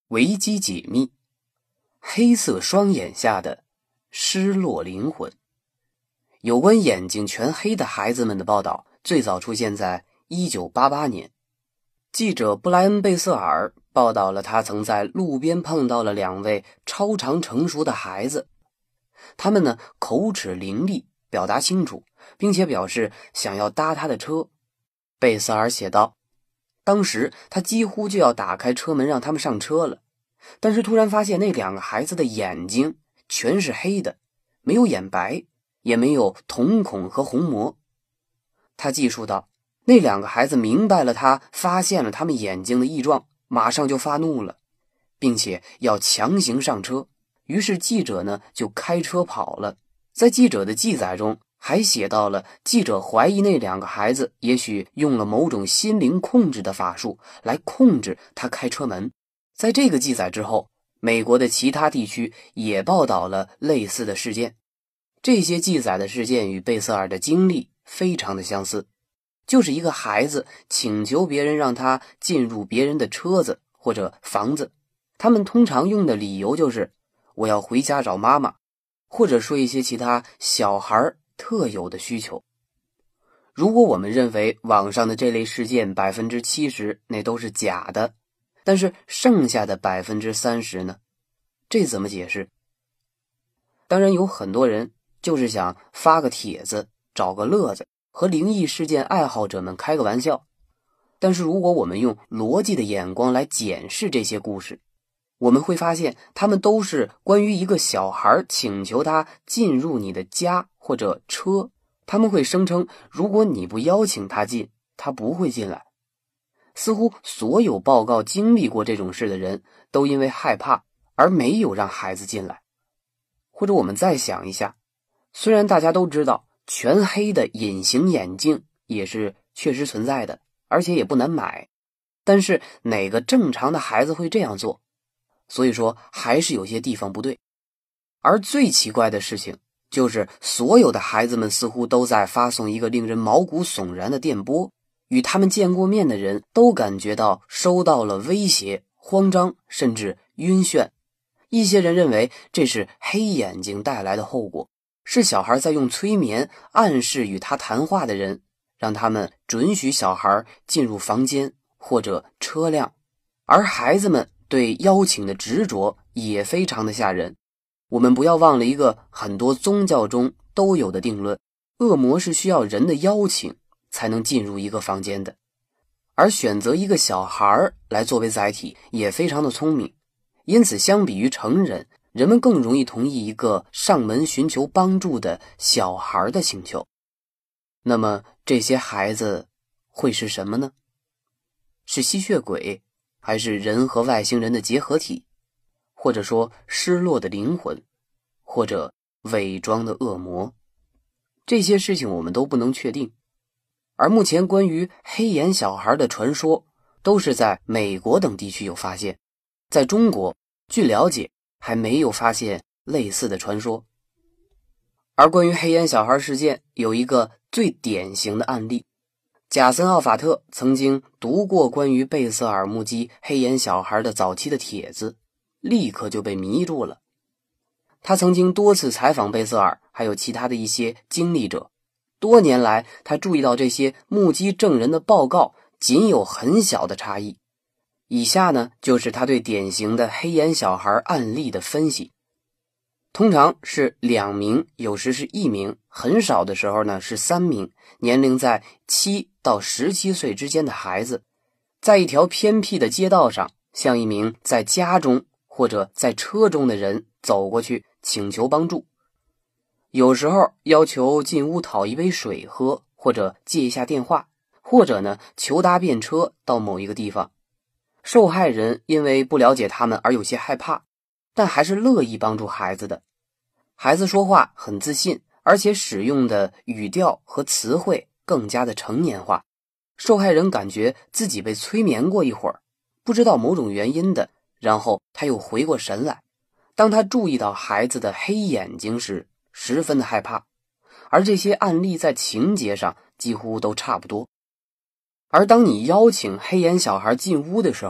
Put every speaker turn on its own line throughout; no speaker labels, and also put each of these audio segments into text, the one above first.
维基解密，黑色双眼下的失落灵魂。有关眼睛全黑的孩子们的报道最早出现在1988年。记者布莱恩·贝瑟尔报道了他曾在路边碰到了2位超常成熟的孩子，他们呢口齿伶俐，表达清楚，并且表示想要搭他的车。贝瑟尔写道，当时他几乎就要打开车门让他们上车了，但是突然发现那2个孩子的眼睛全是黑的，没有眼白，也没有瞳孔和虹膜。他记述道，那2个孩子明白了他发现了他们眼睛的异状，马上就发怒了，并且要强行上车。于是记者呢就开车跑了。在记者的记载中还写到了记者怀疑那2个孩子也许用了某种心灵控制的法术来控制他开车门。在这个记载之后，美国的其他地区也报道了类似的事件。这些记载的事件与贝瑟尔的经历非常的相似，就是一个孩子请求别人让他进入别人的车子或者房子，他们通常用的理由就是我要回家找妈妈，或者说一些其他小孩特有的需求。如果我们认为网上的这类事件 70% 那都是假的，但是剩下的 30% 呢？这怎么解释？当然有很多人就是想发个帖子，找个乐子，和灵异事件爱好者们开个玩笑。但是如果我们用逻辑的眼光来检视这些故事，我们会发现他们都是关于一个小孩请求他进入你的家或者车，他们会声称如果你不邀请他进，他不会进来。似乎所有报告经历过这种事的人都因为害怕而没有让孩子进来。或者我们再想一下，虽然大家都知道全黑的隐形眼镜也是确实存在的，而且也不难买，但是哪个正常的孩子会这样做？所以说还是有些地方不对。而最奇怪的事情就是所有的孩子们似乎都在发送一个令人毛骨悚然的电波，与他们见过面的人都感觉到收到了威胁、慌张，甚至晕眩。一些人认为这是黑眼睛带来的后果，是小孩在用催眠暗示与他谈话的人，让他们准许小孩进入房间或者车辆。而孩子们对邀请的执着也非常的吓人。我们不要忘了一个很多宗教中都有的定论，恶魔是需要人的邀请才能进入一个房间的。而选择一个小孩来作为载体也非常的聪明，因此相比于成人，人们更容易同意一个上门寻求帮助的小孩的请求。那么这些孩子会是什么呢？是吸血鬼，还是人和外星人的结合体，或者说失落的灵魂，或者伪装的恶魔？这些事情我们都不能确定。而目前关于黑眼小孩的传说都是在美国等地区有发现，在中国据了解还没有发现类似的传说。而关于黑眼小孩事件有一个最典型的案例，贾森·奥法特曾经读过关于贝瑟尔目击黑眼小孩的早期的帖子，立刻就被迷住了。他曾经多次采访贝瑟尔还有其他的一些经历者，多年来他注意到这些目击证人的报告仅有很小的差异。以下呢就是他对典型的黑眼小孩案例的分析。通常是2名，有时是1名，很少的时候呢是3名，年龄在7到17岁之间的孩子，在一条偏僻的街道上，向一名在家中或者在车中的人走过去请求帮助。有时候要求进屋讨一杯水喝，或者借一下电话，或者呢求搭便车到某一个地方。受害人因为不了解他们而有些害怕，但还是乐意帮助孩子的。孩子说话很自信，而且使用的语调和词汇更加的成年化。受害人感觉自己被催眠过一会儿，不知道某种原因的，然后他又回过神来。当他注意到孩子的黑眼睛时，十分的害怕。而这些案例在情节上几乎都差不多。而当你邀请黑眼小孩进屋的时候，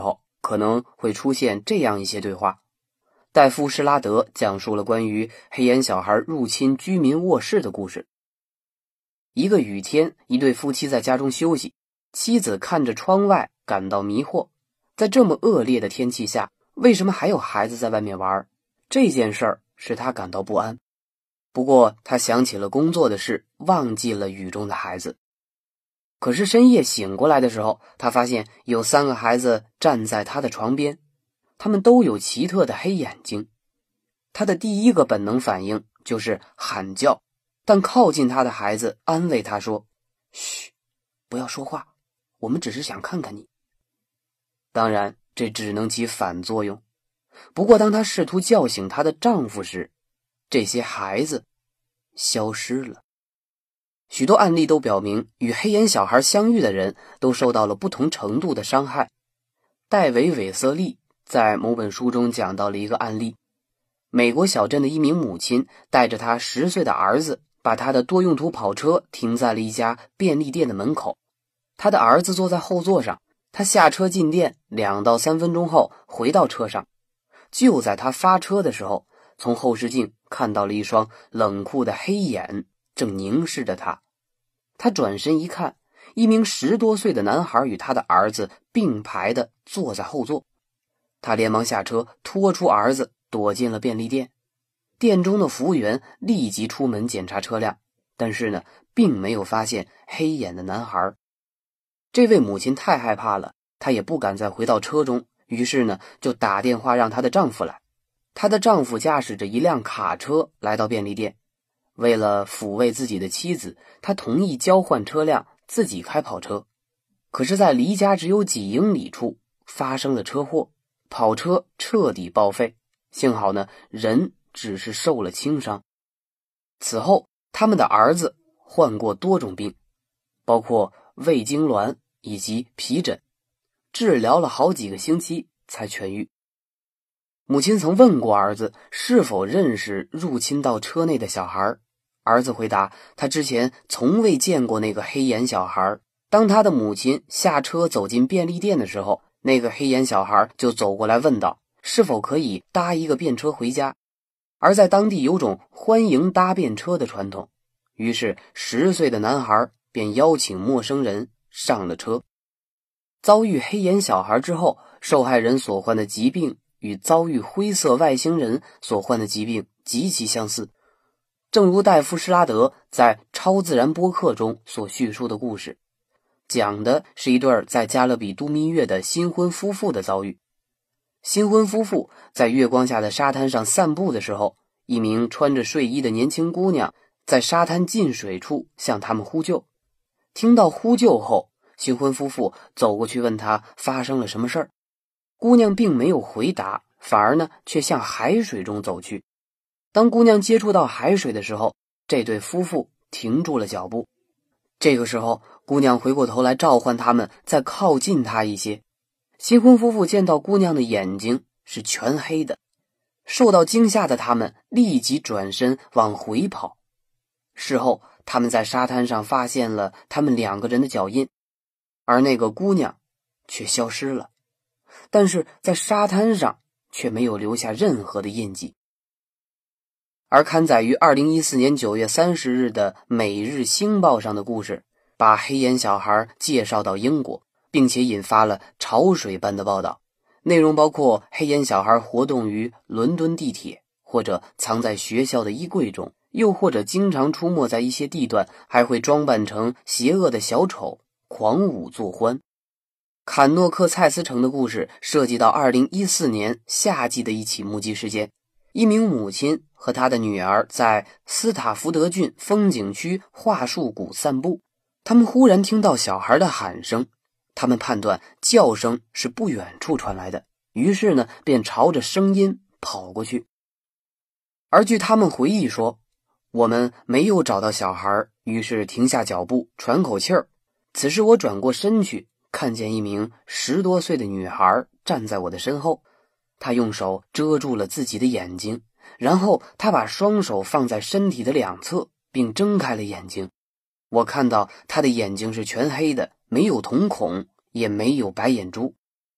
可能会出现这样一些对话。戴夫·施拉德讲述了关于黑眼小孩入侵居民卧室的故事。一个雨天，一对夫妻在家中休息，妻子看着窗外感到迷惑，在这么恶劣的天气下，为什么还有孩子在外面玩？这件事儿使他感到不安。不过他想起了工作的事，忘记了雨中的孩子。可是深夜醒过来的时候，他发现有3个孩子站在他的床边，他们都有奇特的黑眼睛。他的第一个本能反应就是喊叫，但靠近他的孩子安慰他说：“嘘，不要说话，我们只是想看看你。”当然，这只能起反作用。不过当他试图叫醒她的丈夫时，这些孩子消失了。许多案例都表明，与黑眼小孩相遇的人都受到了不同程度的伤害。戴维·韦瑟利在某本书中讲到了一个案例：美国小镇的一名母亲带着他10岁的儿子，把他的多用途跑车停在了一家便利店的门口。他的儿子坐在后座上，他下车进店2到3分钟后回到车上。就在他发车的时候，从后视镜看到了一双冷酷的黑眼正凝视着他。他转身一看，一名10多岁的男孩与他的儿子并排地坐在后座。他连忙下车，拖出儿子，躲进了便利店。店中的服务员立即出门检查车辆，但是呢，并没有发现黑眼的男孩。这位母亲太害怕了，她也不敢再回到车中，于是呢，就打电话让她的丈夫来。她的丈夫驾驶着一辆卡车来到便利店，为了抚慰自己的妻子，他同意交换车辆，自己开跑车。可是在离家只有几英里处发生了车祸，跑车彻底报废，幸好呢，人只是受了轻伤。此后他们的儿子患过多种病，包括胃痉挛以及皮疹，治疗了好几个星期才痊愈。母亲曾问过儿子是否认识入侵到车内的小孩，儿子回答他之前从未见过那个黑眼小孩。当他的母亲下车走进便利店的时候，那个黑眼小孩就走过来问道是否可以搭一个便车回家。而在当地有种欢迎搭便车的传统，于是10岁的男孩便邀请陌生人上了车。遭遇黑眼小孩之后，受害人所患的疾病与遭遇灰色外星人所患的疾病极其相似。正如戴夫·施拉德在超自然播客中所叙述的故事，讲的是一对在加勒比度蜜月的新婚夫妇的遭遇。新婚夫妇在月光下的沙滩上散步的时候，一名穿着睡衣的年轻姑娘在沙滩进水处向他们呼救。听到呼救后，新婚夫妇走过去问她发生了什么事儿。姑娘并没有回答，反而呢却向海水中走去。当姑娘接触到海水的时候，这对夫妇停住了脚步。这个时候，姑娘回过头来召唤他们再靠近她一些。新婚夫妇见到姑娘的眼睛是全黑的，受到惊吓的他们立即转身往回跑。事后他们在沙滩上发现了他们2个人的脚印，而那个姑娘却消失了，但是在沙滩上却没有留下任何的印记。而刊载于2014年9月30日的《每日星报》上的故事，把黑眼小孩介绍到英国，并且引发了潮水般的报道。内容包括黑眼小孩活动于伦敦地铁，或者藏在学校的衣柜中，又或者经常出没在一些地段，还会装扮成邪恶的小丑，狂舞作欢。坎诺克蔡斯城的故事涉及到2014年夏季的一起目击事件。一名母亲和她的女儿在斯塔福德郡风景区桦树谷散步，他们忽然听到小孩的喊声，他们判断叫声是不远处传来的，于是呢便朝着声音跑过去。而据他们回忆说，我们没有找到小孩，于是停下脚步喘口气儿。此时我转过身去，看见一名10多岁的女孩站在我的身后，她用手遮住了自己的眼睛，然后她把双手放在身体的2侧，并睁开了眼睛。我看到她的眼睛是全黑的，没有瞳孔，也没有白眼珠。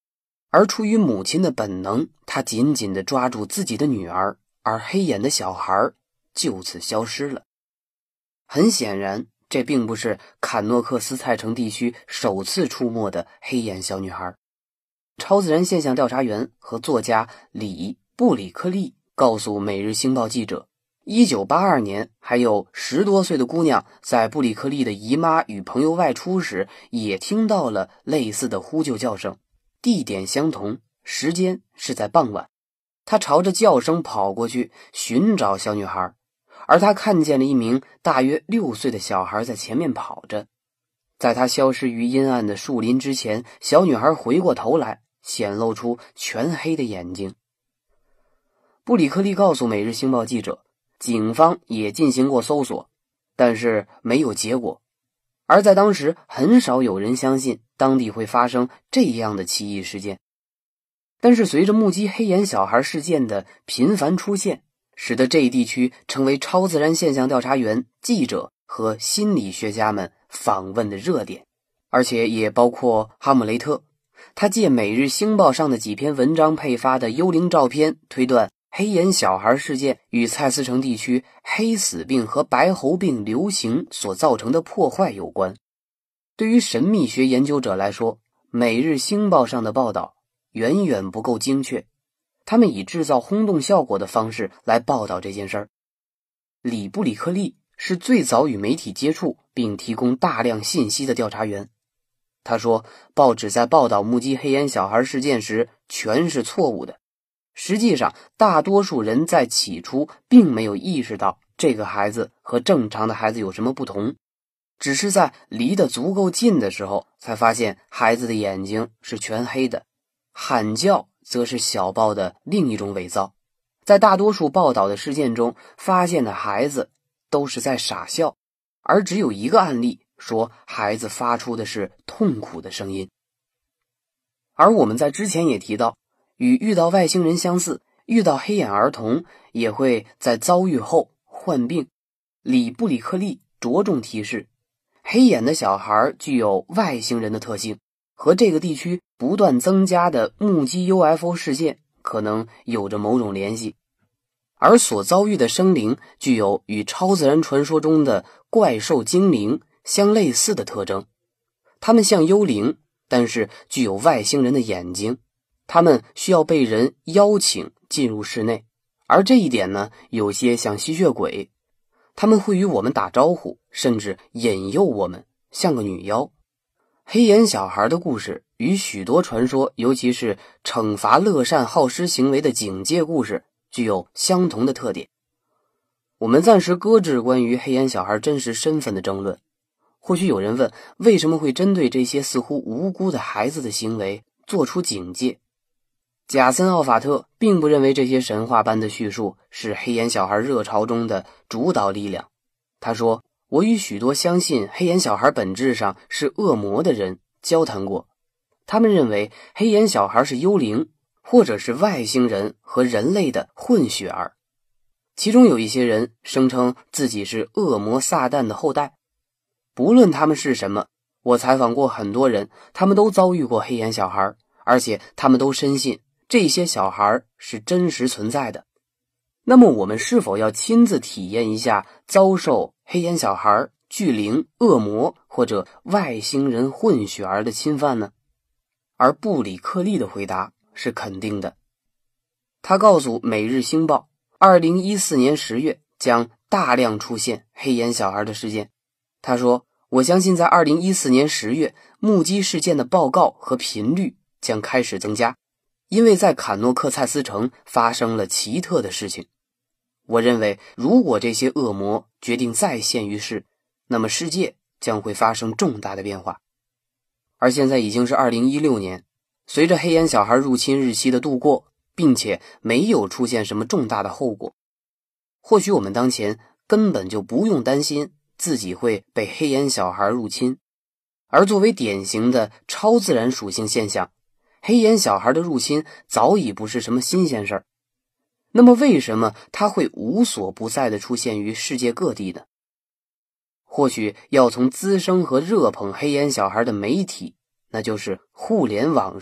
而出于母亲的本能，她紧紧地抓住自己的女儿，而黑眼的小孩就此消失了。很显然，这并不是坎诺克斯泰城地区首次出没的黑眼小女孩。超自然现象调查员和作家里·布里克利告诉《每日星报》记者，1982年还有10多岁的姑娘在布里克利的姨妈与朋友外出时，也听到了类似的呼救叫声，地点相同，时间是在傍晚。她朝着叫声跑过去寻找小女孩，而她看见了一名大约6岁的小孩在前面跑着。在她消失于阴暗的树林之前，小女孩回过头来，显露出全黑的眼睛。布里克利告诉《每日星报》记者，警方也进行过搜索，但是没有结果。而在当时，很少有人相信当地会发生这样的奇异事件。但是随着目击黑眼小孩事件的频繁出现，使得这一地区成为超自然现象调查员、记者和心理学家们访问的热点，而且也包括哈姆雷特。他借《每日星报》上的几篇文章配发的幽灵照片，推断黑眼小孩事件与蔡斯城地区黑死病和白喉病流行所造成的破坏有关。对于神秘学研究者来说，《每日星报》上的报道远远不够精确，他们以制造轰动效果的方式来报道这件事儿。里·布里克利是最早与媒体接触并提供大量信息的调查员。他说，报纸在报道目击黑眼小孩事件时全是错误的。实际上，大多数人在起初并没有意识到这个孩子和正常的孩子有什么不同，只是在离得足够近的时候才发现孩子的眼睛是全黑的。喊叫则是小报的另一种伪造。在大多数报道的事件中，发现的孩子都是在傻笑，而只有一个案例说孩子发出的是痛苦的声音。而我们在之前也提到，与遇到外星人相似，遇到黑眼儿童也会在遭遇后患病。里·布里克利着重提示，黑眼的小孩具有外星人的特性，和这个地区不断增加的目击 UFO 事件可能有着某种联系，而所遭遇的生灵具有与超自然传说中的怪兽精灵相类似的特征。它们像幽灵，但是具有外星人的眼睛，它们需要被人邀请进入室内，而这一点呢，有些像吸血鬼，他们会与我们打招呼，甚至引诱我们，像个女妖。黑眼小孩的故事与许多传说，尤其是惩罚乐善好施行为的警戒故事，具有相同的特点。我们暂时搁置关于黑眼小孩真实身份的争论。或许有人问，为什么会针对这些似乎无辜的孩子的行为做出警戒？贾森·奥法特并不认为这些神话般的叙述是黑眼小孩热潮中的主导力量。他说，我与许多相信黑眼小孩本质上是恶魔的人交谈过，他们认为黑眼小孩是幽灵，或者是外星人和人类的混血儿。其中有一些人声称自己是恶魔撒旦的后代。不论他们是什么，我采访过很多人，他们都遭遇过黑眼小孩，而且他们都深信这些小孩是真实存在的。那么我们是否要亲自体验一下遭受黑眼小孩、巨灵、恶魔或者外星人混血儿的侵犯呢？而布里克利的回答是肯定的。他告诉《每日星报》，2014年10月将大量出现黑眼小孩的事件。他说，我相信在2014年10月，目击事件的报告和频率将开始增加，因为在坎诺克蔡斯城发生了奇特的事情。我认为，如果这些恶魔决定再现于世，那么世界将会发生重大的变化。而现在已经是2016年，随着黑眼小孩入侵日期的度过，并且没有出现什么重大的后果，或许我们当前根本就不用担心自己会被黑眼小孩入侵。而作为典型的超自然属性现象，黑眼小孩的入侵早已不是什么新鲜事儿。那么为什么它会无所不在地出现于世界各地呢？或许要从滋生和热捧黑眼小孩的媒体，那就是互联网上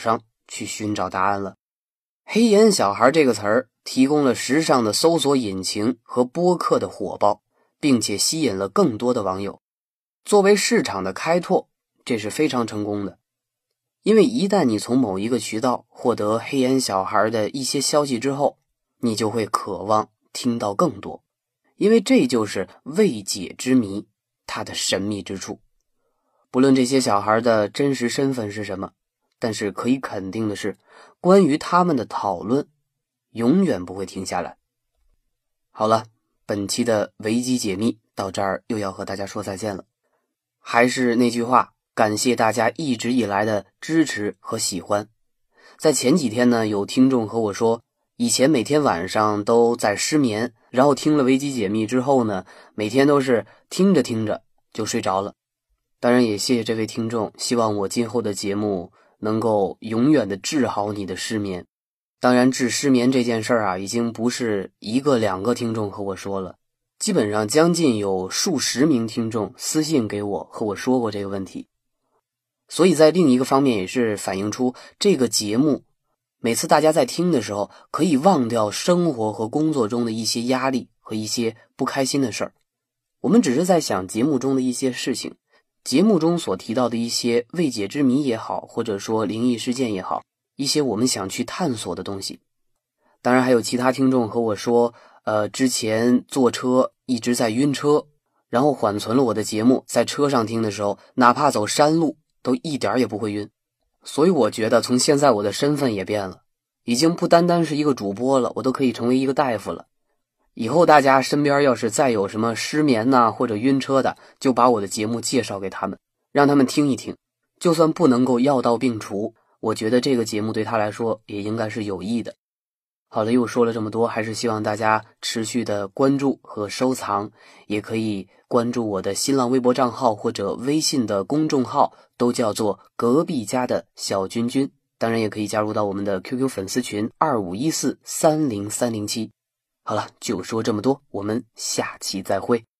去寻找答案了。黑眼小孩这个词儿提供了时尚的搜索引擎和播客的火爆，并且吸引了更多的网友。作为市场的开拓，这是非常成功的。因为一旦你从某一个渠道获得黑眼小孩的一些消息之后，你就会渴望听到更多，因为这就是未解之谜，它的神秘之处。不论这些小孩的真实身份是什么，但是可以肯定的是，关于他们的讨论永远不会停下来。好了，本期的维基解密到这儿又要和大家说再见了。还是那句话，感谢大家一直以来的支持和喜欢。在前几天呢，有听众和我说，以前每天晚上都在失眠，然后听了维基解密之后呢，每天都是听着听着就睡着了。当然也谢谢这位听众，希望我今后的节目能够永远的治好你的失眠。当然治失眠这件事儿啊，已经不是一个两个听众和我说了，基本上将近有数十名听众私信给我和我说过这个问题。所以在另一个方面也是反映出这个节目每次大家在听的时候可以忘掉生活和工作中的一些压力和一些不开心的事儿，我们只是在想节目中的一些事情，节目中所提到的一些未解之谜也好，或者说灵异事件也好，一些我们想去探索的东西。当然还有其他听众和我说之前坐车一直在晕车，然后缓存了我的节目，在车上听的时候哪怕走山路都一点也不会晕。所以我觉得从现在我的身份也变了，已经不单单是一个主播了，我都可以成为一个大夫了。以后大家身边要是再有什么失眠呐或者晕车的，就把我的节目介绍给他们，让他们听一听，就算不能够药到病除，我觉得这个节目对他来说也应该是有益的。好了，又说了这么多，还是希望大家持续的关注和收藏，也可以关注我的新浪微博账号或者微信的公众号，都叫做隔壁家的小君君。当然也可以加入到我们的 QQ 粉丝群2514-30307。好了，就说这么多，我们下期再会。